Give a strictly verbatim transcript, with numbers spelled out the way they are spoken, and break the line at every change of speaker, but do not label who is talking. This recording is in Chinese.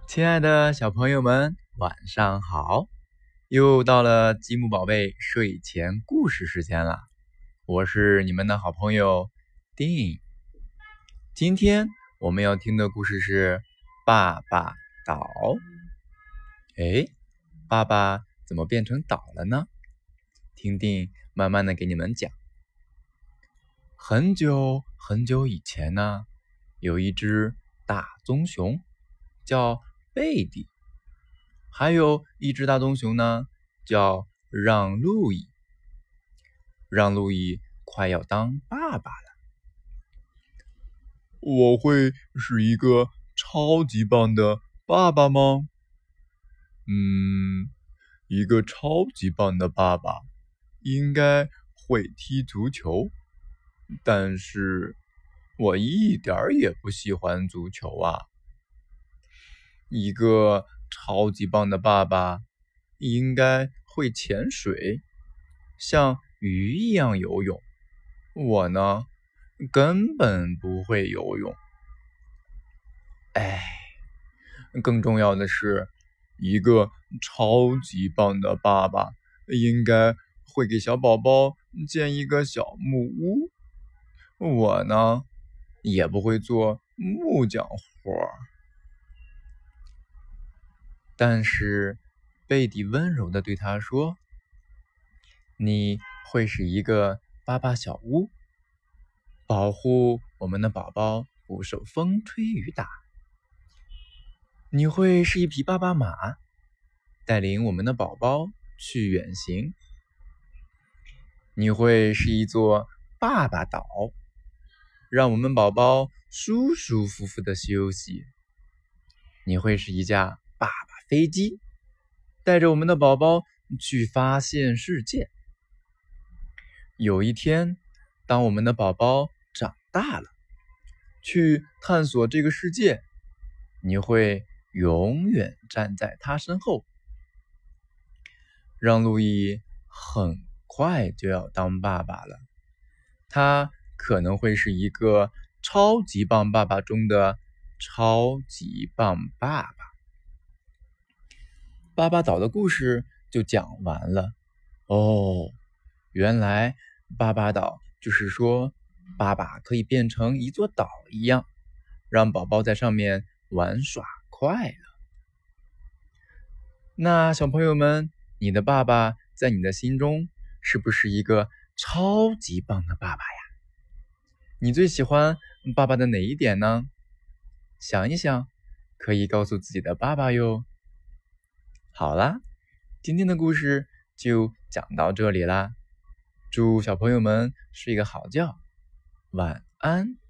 亲爱的小朋友们，晚上好！又到了积木宝贝睡前故事时间了，我是你们的好朋友丁。今天我们要听的故事是爸爸岛。诶，爸爸怎么变成岛了呢？听丁慢慢的给你们讲。很久很久以前呢，有一只大棕熊，叫贝蒂。还有一只大棕熊呢，叫让路易。让路易快要当爸爸了。
我会是一个超级棒的爸爸吗？嗯，一个超级棒的爸爸应该会踢足球，但是我一点儿也不喜欢足球啊。一个超级棒的爸爸应该会潜水，像鱼一样游泳。我呢，根本不会游泳。哎，更重要的是，一个超级棒的爸爸应该会给小宝宝建一个小木屋。我呢，也不会做木匠活儿。
但是贝蒂温柔地对他说：“你会是一个爸爸小屋，保护我们的宝宝不受风吹雨打。你会是一匹爸爸马，带领我们的宝宝去远行。你会是一座爸爸岛，让我们宝宝舒舒服服的休息。你会是一架爸爸飞机，带着我们的宝宝去发现世界。有一天，当我们的宝宝长大了，去探索这个世界，你会永远站在他身后。”让路易很快就要当爸爸了，他可能会是一个超级棒爸爸中的超级棒爸爸。爸爸岛的故事就讲完了。哦，原来爸爸岛就是说，爸爸可以变成一座岛一样，让宝宝在上面玩耍快乐。那小朋友们，你的爸爸在你的心中是不是一个超级棒的爸爸呀？你最喜欢爸爸的哪一点呢？想一想，可以告诉自己的爸爸哟。好啦，今天的故事就讲到这里啦。祝小朋友们睡个好觉，晚安。